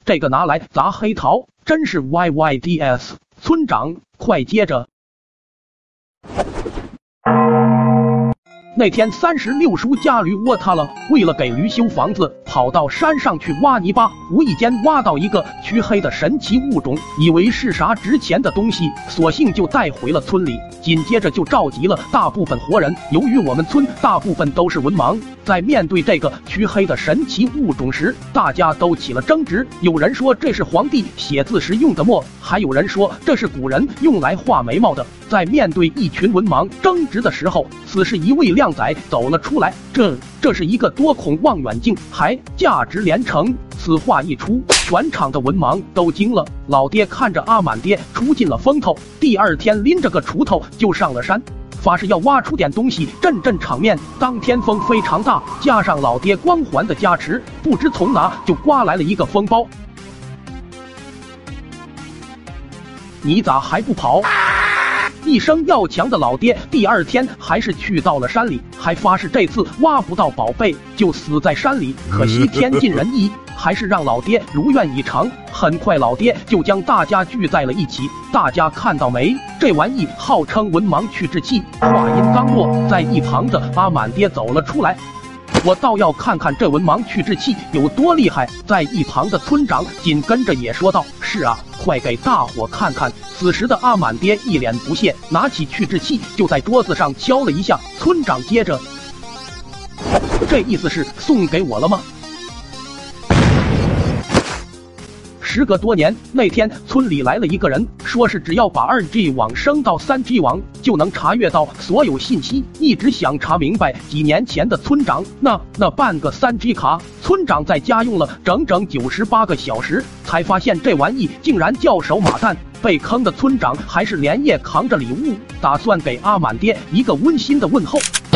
这个拿来砸黑桃，真是 YYDS。村长，快接着！那天36叔家驴窝塌了，为了给驴修房子，跑到山上去挖泥巴，无意间挖到一个黢黑的神奇物种，以为是啥值钱的东西，索性就带回了村里。紧接着就召集了大部分活人。由于我们村大部分都是文盲，在面对这个黢黑的神奇物种时，大家都起了争执。有人说这是皇帝写字时用的墨，还有人说这是古人用来画眉毛的。在面对一群文盲争执的时候，此时一位靓仔走了出来，这是一个多孔望远镜，还价值连城。此话一出，全场的文盲都惊了。老爹看着阿满爹出尽了风头，第二天拎着个锄头就上了山，发誓要挖出点东西镇场面。当天风非常大，加上老爹光环的加持，不知从哪就刮来了一个风包。你咋还不跑？一生要强的老爹第二天还是去到了山里，还发誓这次挖不到宝贝就死在山里。可惜天尽人意，还是让老爹如愿以偿。很快老爹就将大家聚在了一起。大家看到没？这玩意号称文盲去滞气。话音刚落，在一旁的阿满爹走了出来。我倒要看看这文盲去滞气有多厉害。在一旁的村长紧跟着也说道：是啊，快给大伙看看。此时的阿满爹一脸不屑，拿起去滞气就在桌子上敲了一下。村长接着，这意思是送给我了吗？时隔多年，那天村里来了一个人，说是只要把 2G 网升到 3G 网，就能查阅到所有信息。一直想查明白几年前的村长那半个 3G 卡，村长在家用了整整98个小时，才发现这玩意竟然叫手马蛋。被坑的村长还是连夜扛着礼物，打算给阿满爹一个温馨的问候。